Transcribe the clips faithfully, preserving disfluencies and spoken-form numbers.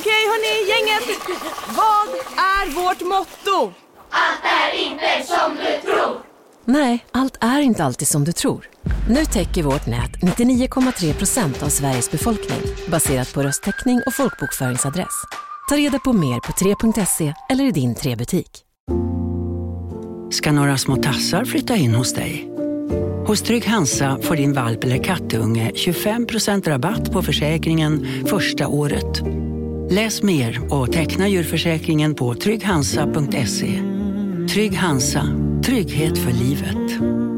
Okej hörni, gänget. Vad är vårt motto? Allt är inte som du tror. Nej, allt är inte alltid som du tror. Nu täcker vårt nät nittionio komma tre procent av Sveriges befolkning baserat på röstteckning och folkbokföringsadress. Ta reda på mer på tre punkt se eller i din tre-butik. Ska några små tassar flytta in hos dig? Hos Trygg Hansa får din valp eller kattunge tjugofem procent rabatt på försäkringen första året. Läs mer och teckna djurförsäkringen på trygg hansa punkt se. Trygg Hansa, trygghet för livet.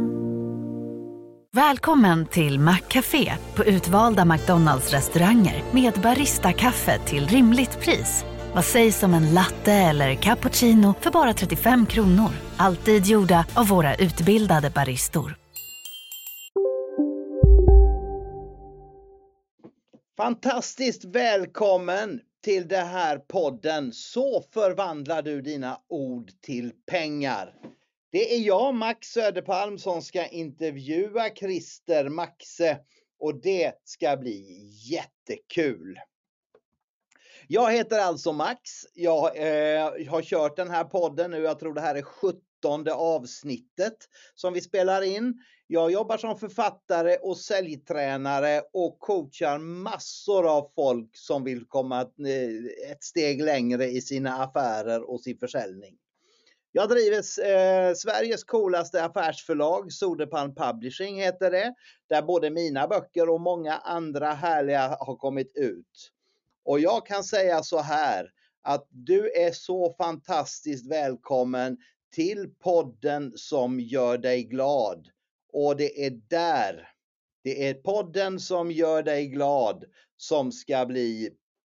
Välkommen till Maccafé på utvalda McDonalds restauranger med Barista-kaffe till rimligt pris. Vad sägs om en latte eller cappuccino för bara trettiofem kronor? Alltid gjorda av våra utbildade baristor. Fantastiskt välkommen till det här podden. Så förvandlar du dina ord till pengar. Det är jag, Max Söderpalm, som ska intervjua Christer Maxe och det ska bli jättekul. Jag heter alltså Max. Jag eh, har kört den här podden nu. Jag tror det här är sjuttonde avsnittet som vi spelar in. Jag jobbar som författare och säljtränare och coachar massor av folk som vill komma ett steg längre i sina affärer och sin försäljning. Jag driver eh, Sveriges coolaste affärsförlag, Soderpalm Publishing heter det, där både mina böcker och många andra härliga har kommit ut. Och jag kan säga så här, att du är så fantastiskt välkommen till podden som gör dig glad. Och det är där, det är podden som gör dig glad som ska bli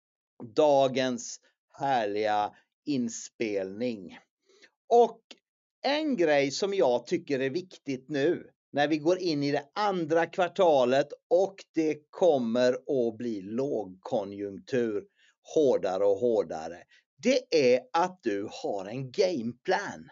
dagens härliga inspelning. Och en grej som jag tycker är viktigt nu när vi går in i det andra kvartalet och det kommer att bli lågkonjunktur hårdare och hårdare. Det är att du har en gameplan.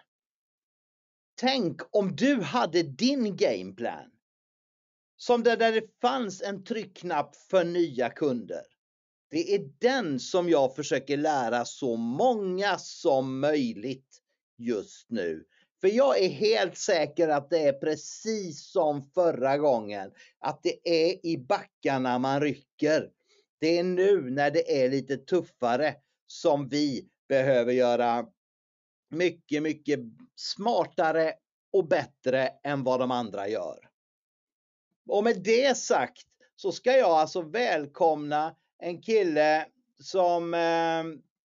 Tänk om du hade din gameplan. Som där, där det fanns en tryckknapp för nya kunder. Det är den som jag försöker lära så många som möjligt just nu. För jag är helt säker att det är precis som förra gången. Att det är i backarna man rycker. Det är nu när det är lite tuffare som vi behöver göra mycket, mycket smartare och bättre än vad de andra gör. Och med det sagt så ska jag alltså välkomna en kille som eh,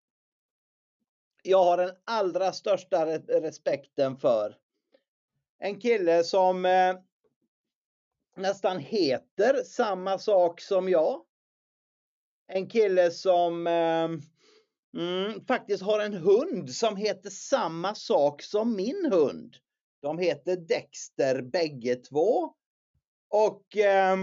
jag har den allra största respekten för. En kille som eh, nästan heter samma sak som jag. En kille som eh, mm, faktiskt har en hund som heter samma sak som min hund. De heter Dexter bägge två. Och eh,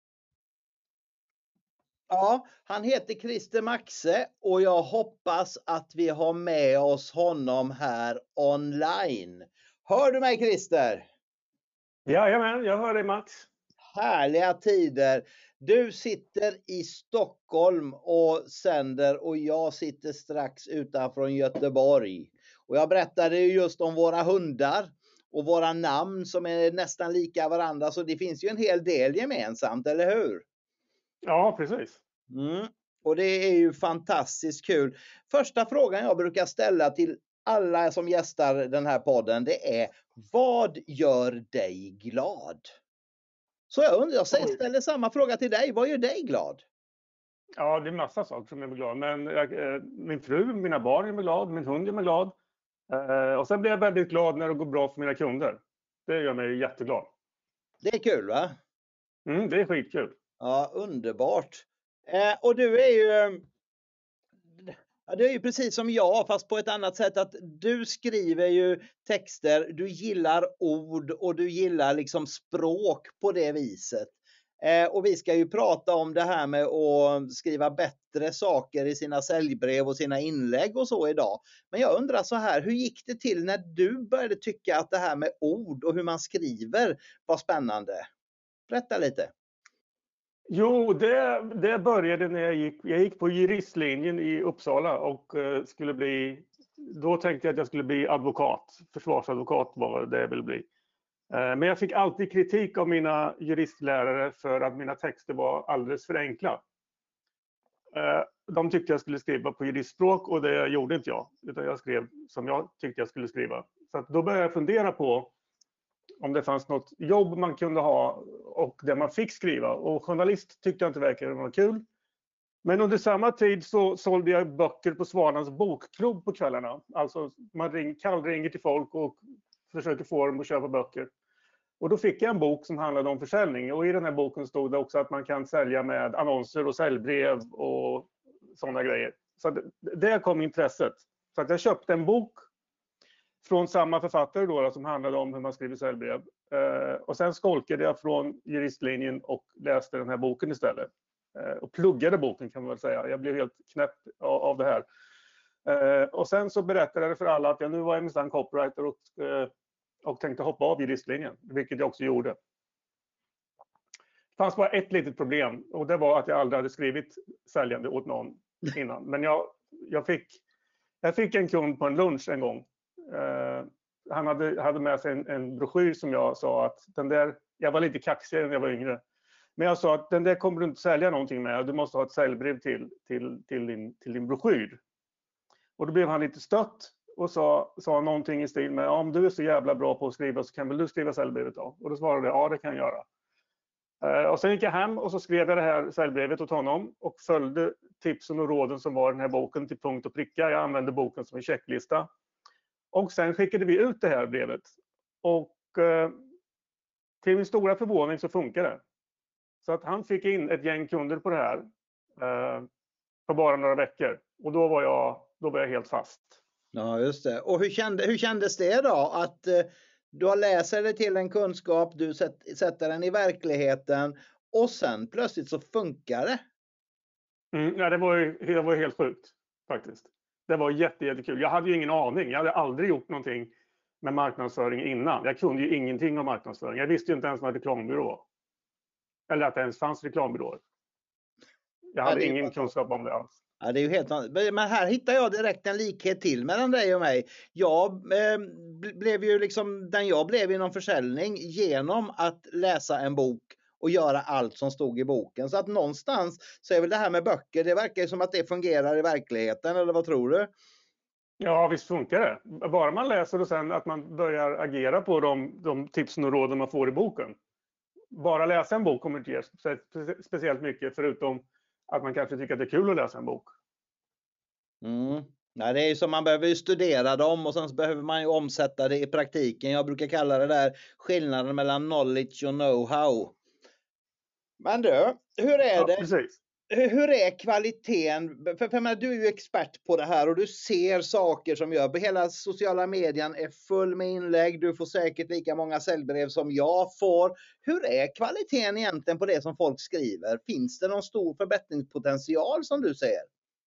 ja, han heter Christer Maxe och jag hoppas att vi har med oss honom här online. Hör du mig Christer? Jajamän, jag hör dig Max. Härliga tider. Du sitter i Stockholm och sänder och jag sitter strax utanför Göteborg. Och jag berättade just om våra hundar och våra namn som är nästan lika varandra. Så det finns ju en hel del gemensamt, eller hur? Ja, precis. Mm. Och det är ju fantastiskt kul. Första frågan jag brukar ställa till alla som gästar den här podden, det är: vad gör dig glad? Så jag undrar, jag ställer samma fråga till dig. Vad gör dig glad? Ja, det är massa saker som gör mig glad. Men jag, min fru, mina barn gör mig glad, min hund gör mig glad. Och sen blir jag väldigt glad när det går bra för mina kunder. Det gör mig jätteglad. Det är kul va? Mm, det är skitkul. Ja, underbart. Eh, och du är ju... Ja, det är ju precis som jag, fast på ett annat sätt, att du skriver ju texter, du gillar ord och du gillar liksom språk på det viset. Eh, och vi ska ju prata om det här med att skriva bättre saker i sina säljbrev och sina inlägg och så idag. Men jag undrar så här, hur gick det till när du började tycka att det här med ord och hur man skriver var spännande? Berätta lite. Jo, det, det började när jag gick, jag gick på juristlinjen i Uppsala och uh, skulle bli, då tänkte jag att jag skulle bli advokat, försvarsadvokat var det jag ville bli. Uh, men jag fick alltid kritik av mina juristlärare för att mina texter var alldeles för enkla. Uh, de tyckte jag skulle skriva på juristspråk och det gjorde inte jag, utan jag skrev som jag tyckte jag skulle skriva. Så att då började jag fundera på om det fanns något jobb man kunde ha och där man fick skriva. Och journalist tyckte jag inte verkade vara kul. Men under samma tid så sålde jag böcker på Svanans bokklubb på kvällarna. Alltså man ring, kallringer till folk och försöker få dem att köpa böcker. Och då fick jag en bok som handlade om försäljning. Och i den här boken stod det också att man kan sälja med annonser och säljbrev och sådana grejer. Så det, det kom intresset. Så att jag köpte en bok från samma författare då, då som handlade om hur man skriver säljbrev. Eh, och sen skolkade jag från juristlinjen och läste den här boken istället. Eh, och pluggade boken kan man väl säga. Jag blev helt knäpp av, av det här. Eh, och sen så berättade jag för alla att jag nu var jag minsann copywriter och, eh, och tänkte hoppa av juristlinjen. Vilket jag också gjorde. Det fanns bara ett litet problem. Och det var att jag aldrig hade skrivit säljande åt någon innan. Men jag, jag, fick, jag fick en kund på en lunch en gång. Uh, han hade, hade med sig en, en broschyr som jag sa att den där, jag var lite kaxigare när jag var yngre. Men jag sa att den där kommer du inte sälja någonting med. Du måste ha ett säljbrev till, till, till, din, till din broschyr. Och då blev han lite stött och sa, sa någonting i stil med om du är så jävla bra på att skriva så kan väl du skriva säljbrevet då? Och då svarade jag ja det kan jag göra. Uh, och sen gick jag hem och så skrev jag det här säljbrevet åt honom och följde tipsen och råden som var i den här boken till punkt och pricka. Jag använde boken som en checklista. Och sen skickade vi ut det här brevet. Och eh, till min stora förvåning så funkar det. Så att han fick in ett gäng kunder på det här. Eh, på bara några veckor. Och då var jag, då var jag helt fast. Ja just det. Och hur, kände, hur kändes det då? Att eh, du har läst dig till en kunskap. Du sätt, sätter den i verkligheten. Och sen plötsligt så funkar det. Mm, ja, det var ju det var helt sjukt faktiskt. Det var jätte, jättekul. Jag hade ju ingen aning. Jag hade aldrig gjort någonting med marknadsföring innan. Jag kunde ju ingenting om marknadsföring. Jag visste ju inte ens vad reklambyrå var. Eller att det ens fanns reklambyråer. Jag hade ja, ingen bara... kunskap om det alls. Ja, det är ju helt vanligt. Men här hittar jag direkt en likhet till mellan dig och mig. Jag eh, blev ju liksom den jag blev inom försäljning genom att läsa en bok och göra allt som stod i boken. Så att någonstans så är väl det här med böcker, det verkar ju som att det fungerar i verkligheten, eller vad tror du? Ja, visst funkar det. Bara man läser och sen att man börjar agera på de, de tipsen och råden man får i boken. Bara läsa en bok kommer inte ge spe- speciellt mycket, förutom att man kanske tycker att det är kul att läsa en bok. Mm. Nej, det är ju som man behöver ju studera dem och sen så behöver man ju omsätta det i praktiken. Jag brukar kalla det där skillnaden mellan knowledge och know-how. Men du, hur är ja, det? Precis. Hur, hur är kvaliteten? För, för, för du är ju expert på det här och du ser saker som gör. Hela sociala medien är full med inlägg. Du får säkert lika många säljbrev som jag får. Hur är kvaliteten egentligen på det som folk skriver? Finns det någon stor förbättringspotential som du ser?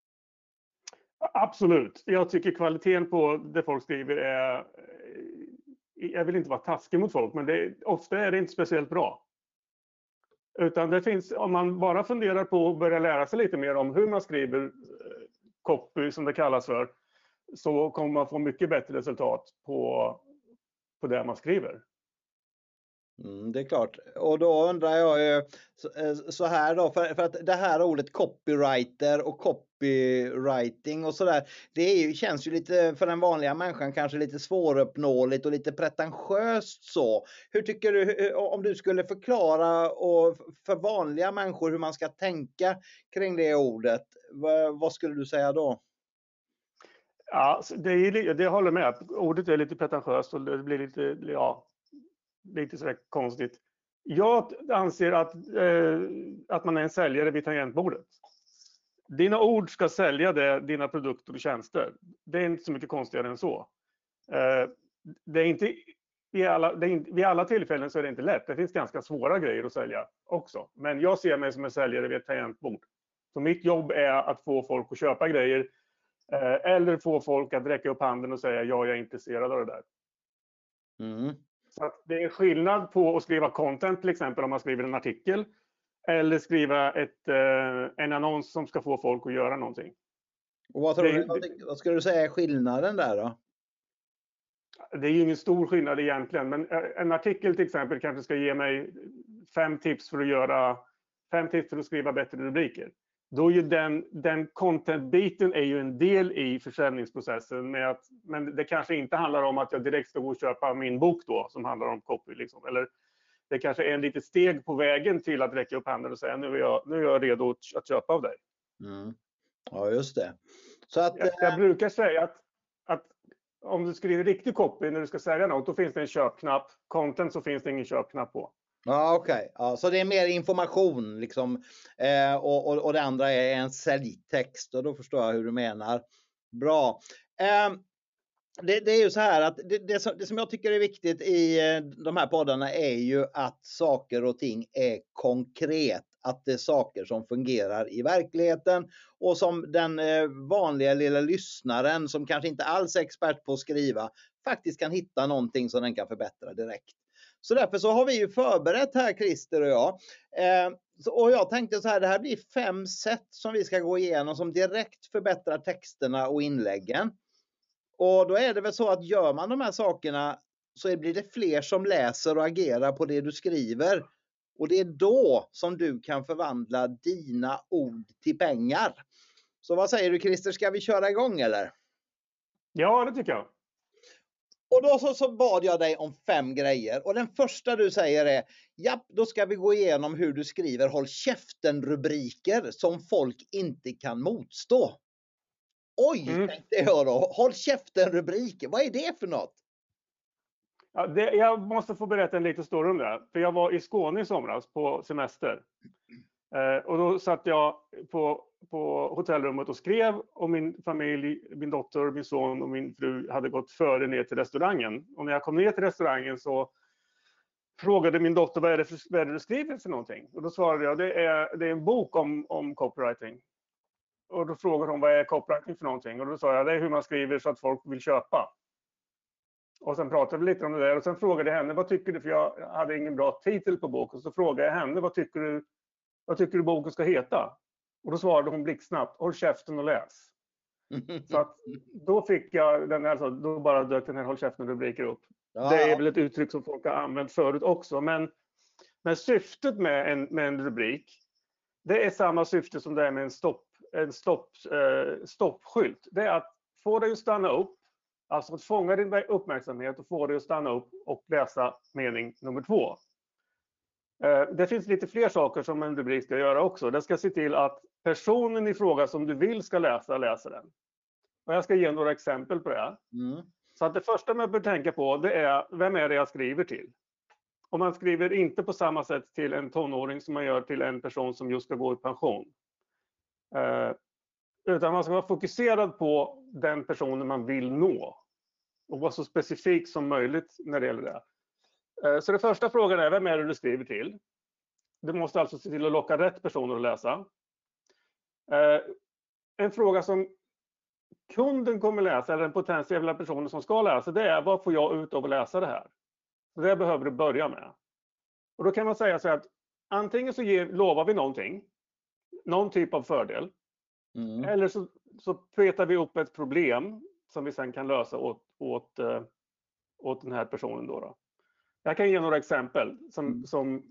Absolut. Jag tycker kvaliteten på det folk skriver är... Jag vill inte vara taskig mot folk, men det, ofta är det inte speciellt bra. Utan det finns, om man bara funderar på att börja lära sig lite mer om hur man skriver copy som det kallas för, så kommer man få mycket bättre resultat på, på det man skriver. Mm, det är klart. Och då undrar jag så här då, för, för att det här ordet copywriter och copywriting och sådär, det är ju, känns ju lite för den vanliga människan kanske lite svåruppnåeligt och lite pretentiöst så. Hur tycker du, om du skulle förklara och för vanliga människor hur man ska tänka kring det ordet, vad, vad skulle du säga då? Ja, det, är, det håller med. Ordet är lite pretentiöst och det blir lite, ja, lite sådär konstigt. Jag anser att, eh, att man är en säljare vid tangentbordet. Dina ord ska sälja det, dina produkter och tjänster. Det är inte så mycket konstigare än så. Eh, det är inte, vid, alla, det är inte, vid alla tillfällen så är det inte lätt. Det finns ganska svåra grejer att sälja också. Men jag ser mig som en säljare vid ett tangentbord. Så mitt jobb är att få folk att köpa grejer. Eh, eller få folk att räcka upp handen och säga ja, jag är intresserad av det där. Mm. Så att det är skillnad på att skriva content till exempel om man skriver en artikel eller skriva ett, eh, en annons som ska få folk att göra någonting. Och vad, tror det, du, vad, vad skulle du säga är skillnaden där då? Det är ju ingen stor skillnad egentligen, men en artikel till exempel kanske ska ge mig fem tips för att göra fem tips för att skriva bättre rubriker. Då är ju den, den content-biten är ju en del i försäljningsprocessen, med att, men det kanske inte handlar om att jag direkt ska gå och köpa min bok då som handlar om copy liksom. Eller det kanske är en litet steg på vägen till att räcka upp handen och säga nu är jag, nu är jag redo att köpa av dig. Mm. Ja, just det. Så att, jag, jag brukar säga att, att om du skriver riktig copy när du ska sälja något, då finns det en köpknapp. Content så finns det ingen köpknapp på. Ja, okej. Okay. Ja, så det är mer information liksom. Eh, och, och, och det andra är en säljtext. Och då förstår jag hur du menar. Bra. Eh, det, det är ju så här att det, det, som, det som jag tycker är viktigt i de här poddarna är ju att saker och ting är konkret. Att det är saker som fungerar i verkligheten och som den eh, vanliga lilla lyssnaren som kanske inte alls är expert på att skriva faktiskt kan hitta någonting som den kan förbättra direkt. Så därför så har vi ju förberett här, Christer och jag. Eh, så, och jag tänkte så här, det här blir fem sätt som vi ska gå igenom som direkt förbättrar texterna och inläggen. Och då är det väl så att gör man de här sakerna så blir det fler som läser och agerar på det du skriver. Och det är då som du kan förvandla dina ord till pengar. Så vad säger du, Christer, ska vi köra igång eller? Ja, det tycker jag. Och då så, så bad jag dig om fem grejer. Och den första du säger är, ja, då ska vi gå igenom hur du skriver håll käften-rubriker som folk inte kan motstå. Oj, mm. tänkte jag då. Håll käften-rubriker, vad är det för något? Ja, det, jag måste få berätta en liten story om det. För jag var i Skåne i somras på semester. Eh, och då satt jag på, på hotellrummet och skrev. Och min familj, min dotter, min son och min fru hade gått före ner till restaurangen. Och när jag kom ner till restaurangen så frågade min dotter vad är det, för, vad är det du skriver för någonting. Och då svarade jag, det är, det är en bok om, om copywriting. Och då frågade hon, vad är copywriting för någonting? Och då sa jag, det är hur man skriver så att folk vill köpa. Och sen pratade vi lite om det där och sen frågade jag henne, vad tycker du, för jag hade ingen bra titel på boken, så frågade jag henne, vad tycker du, vad tycker du boken ska heta? Och då svarade hon blixtsnabbt, håll käften och läs. Så att då fick jag den, alltså, då bara dök den här håll käften-rubriker upp. Ja. Det är väl ett uttryck som folk har använt förut också, men, men syftet med en, med en rubrik, det är samma syfte som det är med en stopp, en stopp, eh, stoppskylt. Det är att få dig att stanna upp. Alltså att fånga din uppmärksamhet och få dig att stanna upp och läsa mening nummer två. Det finns lite fler saker som en rubrik ska göra också. Den ska se till att personen i fråga som du vill ska läsa, läser den. Och jag ska ge några exempel på det. Mm. Så att det första man bör tänka på, det är, vem är det jag skriver till? Och man skriver inte på samma sätt till en tonåring som man gör till en person som just ska gå i pension. Utan man ska vara fokuserad på den personen man vill nå. Och vara så specifik som möjligt när det gäller det. Så den första frågan är, vem är det du skriver till? Du måste alltså se till att locka rätt personer att läsa. En fråga som kunden kommer läsa, eller den potentiella personen som ska läsa, det är, vad får jag ut av att läsa det här? Det behöver du börja med. Och då kan man säga så att antingen så ger, lovar vi någonting, någon typ av fördel. Mm. Eller så, så petar vi upp ett problem som vi sen kan lösa åt, åt, uh, åt den här personen. Då, då. Jag kan ge några exempel. Som, mm. som...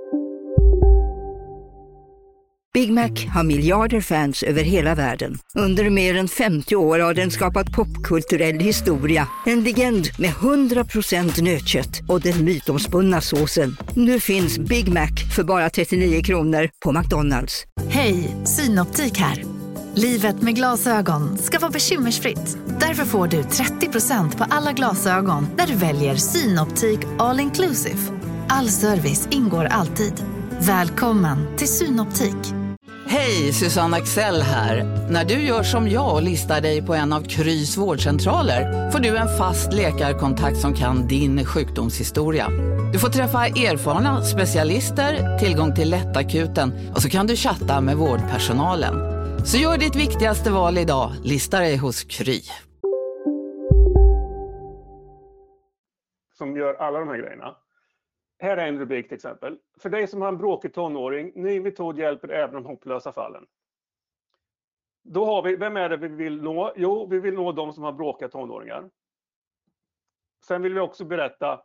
Big Mac har miljarder fans över hela världen. Under mer än femtio år har den skapat popkulturell historia. En legend med hundra procent nötkött och den mytomspunna såsen. Nu finns Big Mac för bara trettionio kronor på McDonalds. Hej, Synoptik här. Livet med glasögon ska vara bekymmersfritt. Därför får du trettio procent på alla glasögon när du väljer Synoptik All Inclusive. All service ingår alltid. Välkommen till Synoptik. Hej, Susanne Axel här. När du gör som jag och listar dig på en av Krys vårdcentraler får du en fast läkarkontakt som kan din sjukdomshistoria. Du får träffa erfarna specialister, tillgång till lättakuten och så kan du chatta med vårdpersonalen. Så gör ditt viktigaste val idag. Lista dig hos Kry. Som gör alla de här grejerna. här är en rubrik till exempel. För dig som har en bråkig tonåring, ny metod hjälper även de hopplösa fallen. Då har vi, vem är det vi vill nå? Jo, vi vill nå de som har bråkiga tonåringar. Sen vill vi också berätta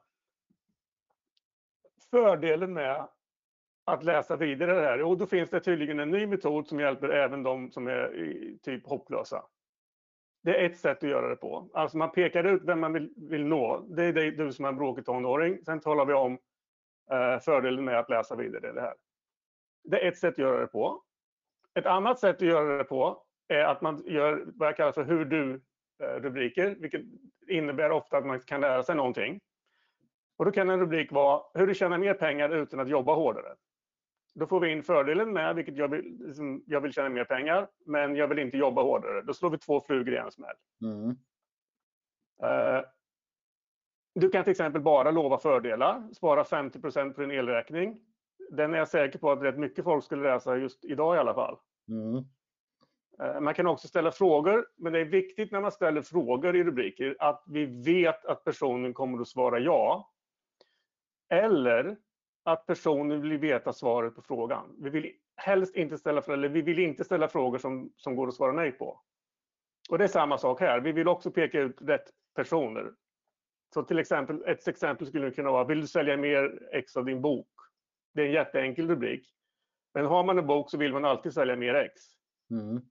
fördelen med att läsa vidare det här. Och då finns det tydligen en ny metod som hjälper även de som är i, typ hopplösa. Det är ett sätt att göra det på. Alltså man pekar ut vem man vill, vill nå. Det är det, du som är en bråkig tonåring. Sen talar vi om eh, fördelen med att läsa vidare det här. Det är ett sätt att göra det på. Ett annat sätt att göra det på är att man gör vad jag kallar för hur du rubriker, vilket innebär ofta att man kan lära sig någonting. Och då kan en rubrik vara hur du tjänar mer pengar utan att jobba hårdare. Då får vi in fördelen med, vilket jag vill, liksom, jag vill tjäna mer pengar, men jag vill inte jobba hårdare. Då slår vi två flugor i en smäll. Mm. Uh, du kan till exempel bara lova fördelar, spara femtio procent på din elräkning. Den är jag säker på att rätt mycket folk skulle läsa just idag i alla fall. Mm. Man kan också ställa frågor, men det är viktigt när man ställer frågor i rubriker att vi vet att personen kommer att svara ja. Eller att personen vill veta svaret på frågan. Vi vill helst inte ställa, eller vi vill inte ställa frågor som, som går att svara nej på. Och det är samma sak här. Vi vill också peka ut rätt personer. Så till exempel, ett exempel skulle kunna vara, vill du sälja mer ex av din bok? Det är en jätteenkel rubrik. Men har man en bok så vill man alltid sälja mer ex. Mm.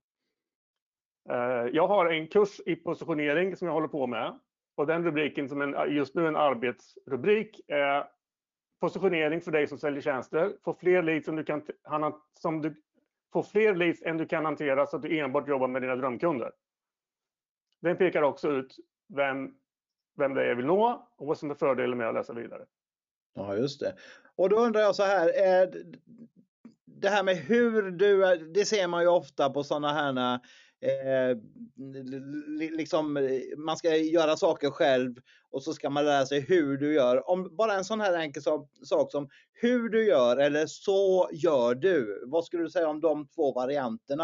Jag har en kurs i positionering som jag håller på med. Och den rubriken som en, just nu en arbetsrubrik är positionering för dig som säljer tjänster. Få fler leads än du kan, som du, få fler leads än du kan hantera så att du enbart jobbar med dina drömkunder. Den pekar också ut vem, vem det är jag vill nå och vad som är fördelen med att läsa vidare. Ja, just det. Och då undrar jag så här, är det här med hur du, det ser man ju ofta på sådana här Eh, liksom, man ska göra saker själv och så ska man lära sig hur du gör. Om bara en sån här enkel sak som hur du gör eller så gör du. Vad skulle du säga om de två varianterna?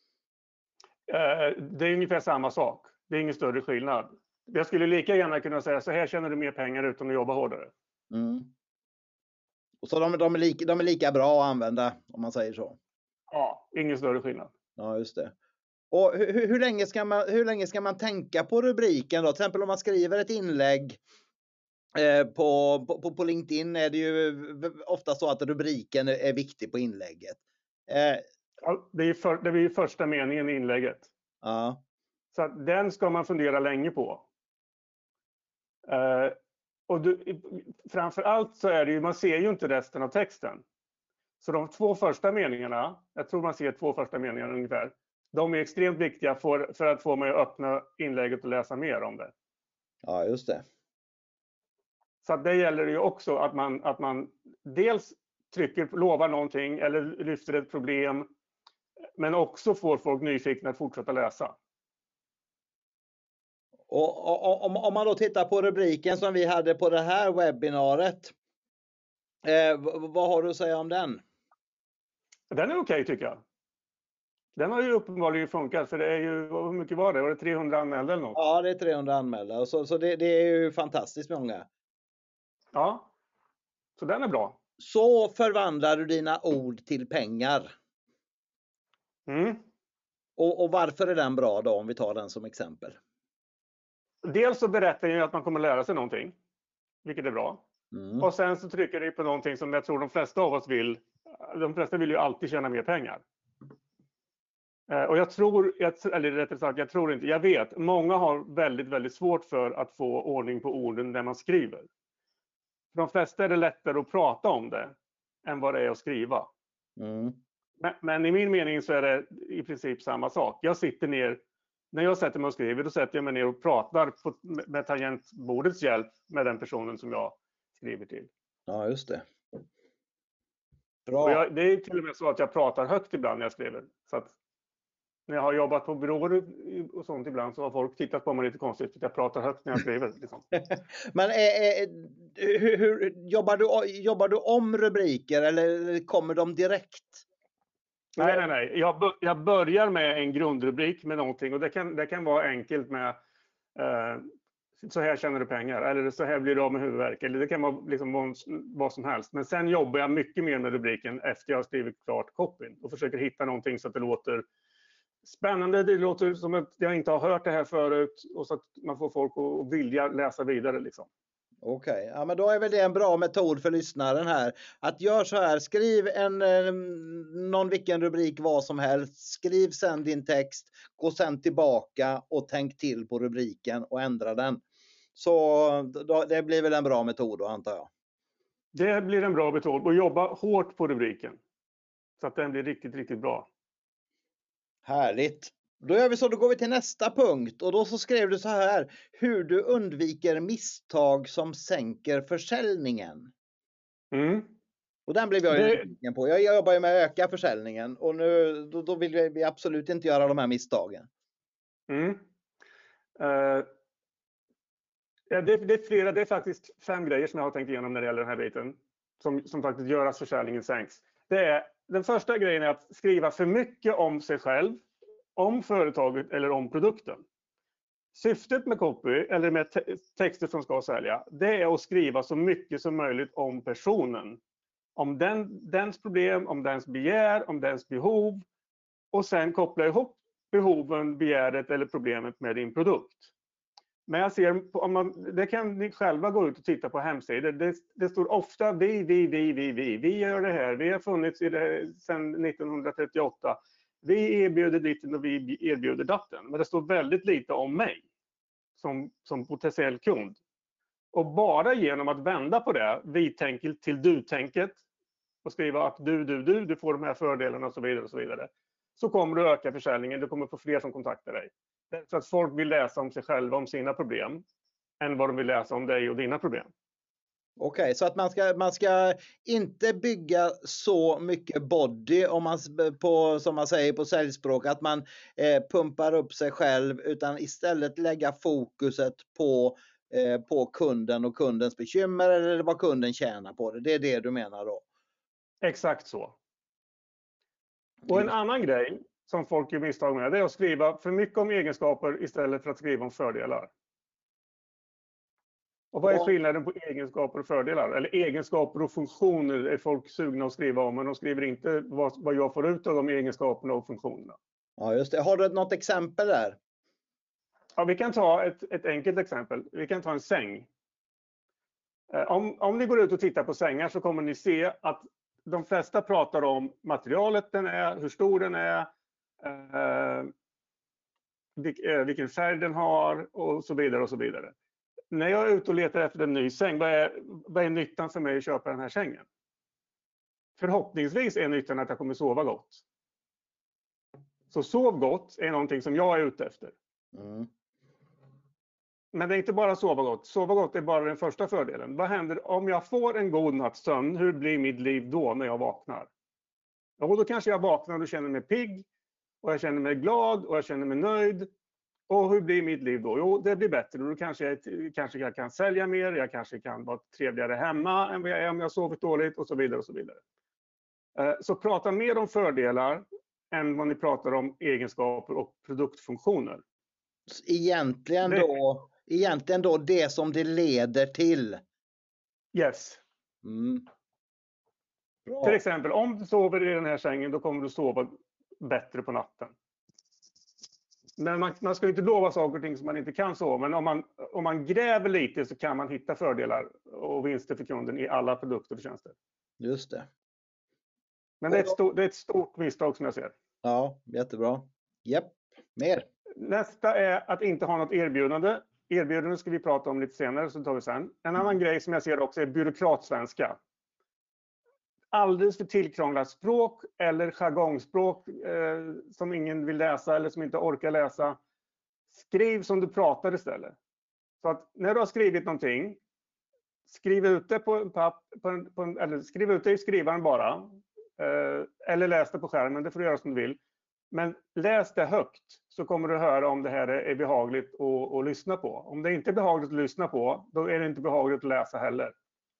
Eh, det är ungefär samma sak. Det är ingen större skillnad. Jag skulle lika gärna kunna säga så här tjänar du mer pengar utan att jobba hårdare. Mm. Och så de, de, är lika, de är lika bra att använda om man säger så. Ja, ingen större skillnad. Ja, just det. Och hur, hur, länge ska man, hur länge ska man tänka på rubriken då? Till exempel om man skriver ett inlägg eh, på, på, på LinkedIn är det ju ofta så att rubriken är, är viktig på inlägget. Eh, ja, det är för, det är ju första meningen i inlägget. Ja. Så att den ska man fundera länge på. Eh, och du, framför allt så är det ju, man ser ju inte resten av texten. Så de två första meningarna, jag tror man ser två första meningarna ungefär. De är extremt viktiga för, för att få mig att öppna inlägget och läsa mer om det. Ja, just det. Så att det gäller ju också att man, att man dels trycker, lovar någonting eller lyfter ett problem. Men också får folk nyfikna att fortsätta läsa. Och, och om, om man då tittar på rubriken som vi hade på det här webbinariet. Eh, vad har du att säga om den? Den är okej tycker jag. Den har ju uppenbarligen funkat, för det är ju, hur mycket var det? Var det trehundra anmälda eller något? Ja, det är trehundra anmälda. Så, så det, det är ju fantastiskt många. Ja, så den är bra. Så förvandlar du dina ord till pengar. Mm. Och, och varför är den bra då, om vi tar den som exempel? Dels så berättar jag att man kommer lära sig någonting, vilket är bra. Mm. Och sen så trycker det på någonting som jag tror de flesta av oss vill. De flesta vill ju alltid tjäna mer pengar. Och jag tror, eller rättare sagt, jag tror inte, jag vet, många har väldigt, väldigt svårt för att få ordning på orden när man skriver. För de flesta är det lättare att prata om det än vad det är att skriva. Mm. Men, men i min mening så är det i princip samma sak. Jag sitter ner, när jag sätter mig och skriver, då sätter jag mig ner och pratar på, med tangentbordets hjälp med den personen som jag skriver till. Ja, just det. Bra. Och jag, det är till och med så att jag pratar högt ibland när jag skriver. Så att när jag har jobbat på byråer och sånt ibland så har folk tittat på mig lite konstigt för jag pratar högt när jag skriver. Liksom. Men är, är, hur, hur, jobbar, du, jobbar du om rubriker eller kommer de direkt? Nej, nej, nej. Jag, jag börjar med en grundrubrik med någonting och det kan, det kan vara enkelt med eh, så här tjänar du pengar, eller så här blir du av med huvudvärk, eller det kan vara liksom vad som helst. Men sen jobbar jag mycket mer med rubriken efter jag har skrivit klart copyn och försöker hitta någonting så att det låter spännande, det låter som att jag inte har hört det här förut, och så att man får folk att vilja läsa vidare liksom. Okej, okay. Ja, men då är väl det en bra metod för lyssnaren här. Att gör så här, skriv en, eh, någon vilken rubrik vad som helst. Skriv sen din text, gå sen tillbaka och tänk till på rubriken och ändra den. Så då, det blir väl en bra metod då, antar jag. Det blir en bra metod, och jobba hårt på rubriken. Så att den blir riktigt, riktigt bra. Härligt. Då gör vi så, då går vi till nästa punkt, och då så skrev du så här: hur du undviker misstag som sänker försäljningen. Mm. Och den blev jag ju nyfiken på. Jag jobbar ju med att öka försäljningen, och nu då, då vill vi absolut inte göra de här misstagen. Mm. Uh, ja, det, det är flera, det är faktiskt fem grejer som jag har tänkt igenom när det gäller den här biten som, som faktiskt gör att försäljningen sänks. Det är, den första grejen är att skriva för mycket om sig själv, om företaget eller om produkten. Syftet med copy eller med te- texter som ska sälja, det är att skriva så mycket som möjligt om personen. Om den, dens problem, om dens begär, om dens behov, och sen koppla ihop behoven, begäret eller problemet med din produkt. Men jag ser, om man, det kan ni själva gå ut och titta på hemsidor. Det, det står ofta vi, vi, vi, vi, vi. Vi gör det här. Vi har funnits i det sedan nittonhundratrettioåtta. Vi erbjuder ditten och vi erbjuder datten. Men det står väldigt lite om mig som, som potentiell kund. Och bara genom att vända på det, vi-tänket till du-tänket, och skriva att du, du, du, du får de här fördelarna och så vidare och så vidare, så kommer du öka försäljningen. Du kommer få fler som kontaktar dig. Därför att folk vill läsa om sig själva, om sina problem, än vad de vill läsa om dig och dina problem. Okej, okay, så att man ska, man ska inte bygga så mycket body, om man, på, som man säger på säljspråk, att man eh, pumpar upp sig själv, utan istället lägga fokuset på, eh, på kunden och kundens bekymmer, eller vad kunden tjänar på det. Det är det du menar då? Exakt så. Och en annan grej som folk gör misstag med, det är att skriva för mycket om egenskaper istället för att skriva om fördelar. Och vad är skillnaden på egenskaper och fördelar? Eller egenskaper och funktioner är folk sugna att skriva om, men de skriver inte vad, vad jag får ut av de egenskaperna och funktionerna. Ja, just det. Har du något exempel där? Ja, vi kan ta ett, ett enkelt exempel. Vi kan ta en säng. Om, om ni går ut och tittar på sängar så kommer ni se att de flesta pratar om materialet den är, hur stor den är, eh, vilken färg den har och så vidare och så vidare. När jag är ute och letar efter en ny säng, vad är, vad är nyttan för mig att köpa den här sängen? Förhoppningsvis är nyttan att jag kommer sova gott. Så sov gott är någonting som jag är ute efter. Mm. Men det är inte bara sova gott. Sova gott är bara den första fördelen. Vad händer om jag får en god natts sömn? Hur blir mitt liv då när jag vaknar? Och då kanske jag vaknar och känner mig pigg. Och jag känner mig glad och jag känner mig nöjd. Och hur blir mitt liv då? Jo, det blir bättre. Då kanske jag, kanske jag kan sälja mer. Jag kanske kan vara trevligare hemma än vad jag är om jag har sovit dåligt och så vidare och så vidare. Så prata mer om fördelar än vad ni pratar om egenskaper och produktfunktioner. Egentligen då, egentligen då det som det leder till. Yes. Mm. Till exempel, om du sover i den här sängen, då kommer du sova bättre på natten. Men man, man ska inte lova saker och ting som man inte kan sova. Men om man, om man gräver lite så kan man hitta fördelar och vinster för kunden i alla produkter och tjänster. Just det. Men det är ett stort, det är ett stort misstag som jag ser. Ja, jättebra. Japp, mer. Nästa är att inte ha något erbjudande. Erbjudande ska vi prata om lite senare, så tar vi sen. En annan grej som jag ser också är byråkratsvenska. Alldeles för tillkrånglat språk eller jargongspråk eh, som ingen vill läsa eller som inte orkar läsa. Skriv som du pratar istället. Så att när du har skrivit någonting, skriv ut det på en papp, på en, på en, eller skriv ut det i skrivaren bara. Eh, eller läs det på skärmen, det får du göra som du vill. Men läs det högt så kommer du höra om det här är behagligt att, att lyssna på. Om det inte är behagligt att lyssna på, då är det inte behagligt att läsa heller.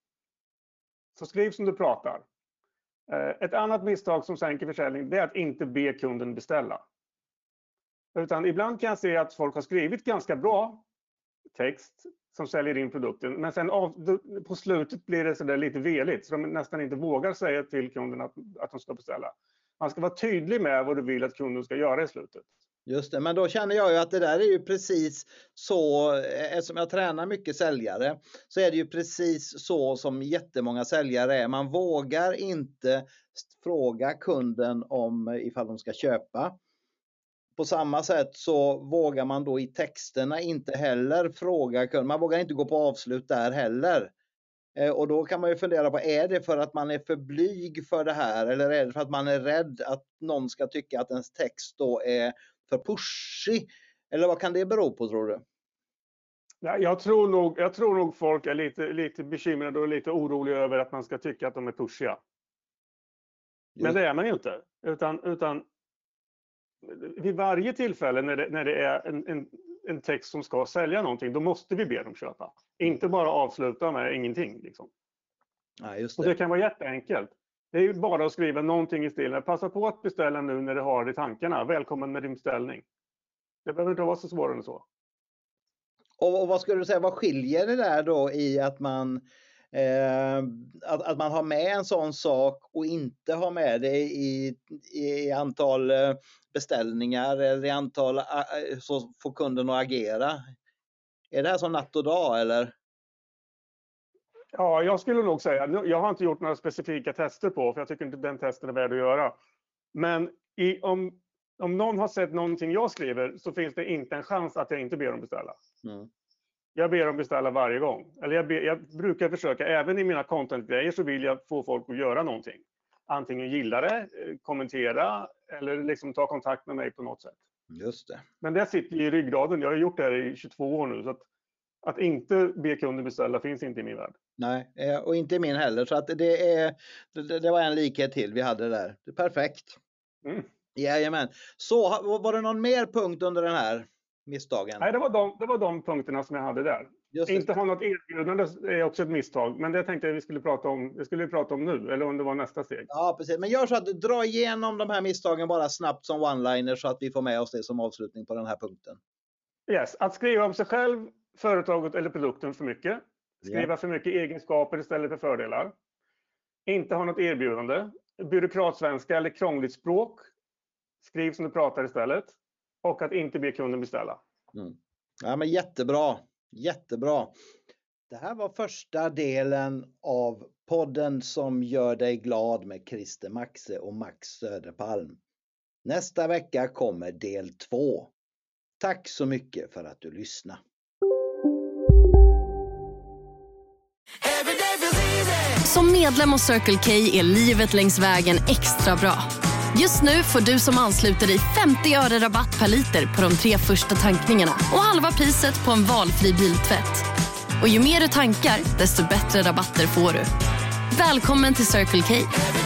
Så skriv som du pratar. Ett annat misstag som sänker försäljning, det är att inte be kunden beställa. Utan ibland kan jag se att folk har skrivit ganska bra text som säljer in produkten. Men sen av, på slutet blir det så där lite veligt så de nästan inte vågar säga till kunden att, att de ska beställa. Man ska vara tydlig med vad du vill att kunden ska göra i slutet. Just det, men då känner jag ju att det där är ju precis så, eftersom jag tränar mycket säljare, så är det ju precis så som jättemånga säljare är. Man vågar inte fråga kunden om ifall de ska köpa. På samma sätt så vågar man då i texterna inte heller fråga kunden. Man vågar inte gå på avslut där heller. Och då kan man ju fundera på, är det för att man är för blyg för det här? Eller är det för att man är rädd att någon ska tycka att ens text då är för pushy? Eller vad kan det bero på, tror du? Ja, jag, tror nog, jag tror nog folk är lite, lite bekymrade och lite oroliga över att man ska tycka att de är pushiga. Men Just. det är man ju inte. Utan, utan vid varje tillfälle när det, när det är en, en, en text som ska sälja någonting, då måste vi be dem köpa. Inte bara avsluta med ingenting. Liksom. Ja, just det. Och det kan vara jätteenkelt. Det är ju bara att skriva någonting i stilen. Passa på att beställa nu när du har det i tankarna. Välkommen med din beställning. Det behöver inte vara så svårare än så. Och, och vad skulle du säga, vad skiljer det där då i att man, eh, att, att man har med en sån sak och inte har med det i, i antal beställningar eller i antal så får kunden att agera? Är det här som natt och dag eller? Ja, jag skulle nog säga, jag har inte gjort några specifika tester på, för jag tycker inte den testen är värd att göra. Men i, om, om någon har sett någonting jag skriver så finns det inte en chans att jag inte ber dem beställa. Mm. Jag ber dem beställa varje gång. Eller jag, ber, jag brukar försöka, även i mina content-grejer så vill jag få folk att göra någonting. Antingen gilla det, kommentera eller liksom ta kontakt med mig på något sätt. Just det. Men det sitter i ryggraden, jag har gjort det här i tjugotvå år nu så att Att inte be kunden beställa finns inte i min värld. Nej, och inte i min heller. Så att det, är, det, det var en likhet till vi hade där. Det är perfekt. Mm. Jajamän. Så var det någon mer punkt under den här misstagen? Nej, det var de, det var de punkterna som jag hade där. Inte ha något erbjudande är också ett misstag. Men det tänkte jag vi skulle prata om, det skulle vi prata om nu. Eller om det var nästa steg. Ja, precis. Men gör så att du drar igenom de här misstagen bara snabbt som one-liner så att vi får med oss det som avslutning på den här punkten. Yes, att skriva om sig själv, företaget eller produkten för mycket. Skriva yeah. för mycket egenskaper istället för fördelar. Inte ha något erbjudande. Byråkratsvenska eller krångligt språk. Skriv som du pratar istället. Och att inte be kunden beställa. Mm. Ja, men jättebra. Jättebra. Det här var första delen av podden som gör dig glad med Christer Maxe och Max Söderpalm. Nästa vecka kommer del två. Tack så mycket för att du lyssnade. Som medlem hos Circle K är livet längs vägen extra bra. Just nu får du som ansluter dig femtio öre rabatt per liter på de tre första tankningarna och halva priset på en valfri biltvätt. Och ju mer du tankar, desto bättre rabatter får du. Välkommen till Circle K.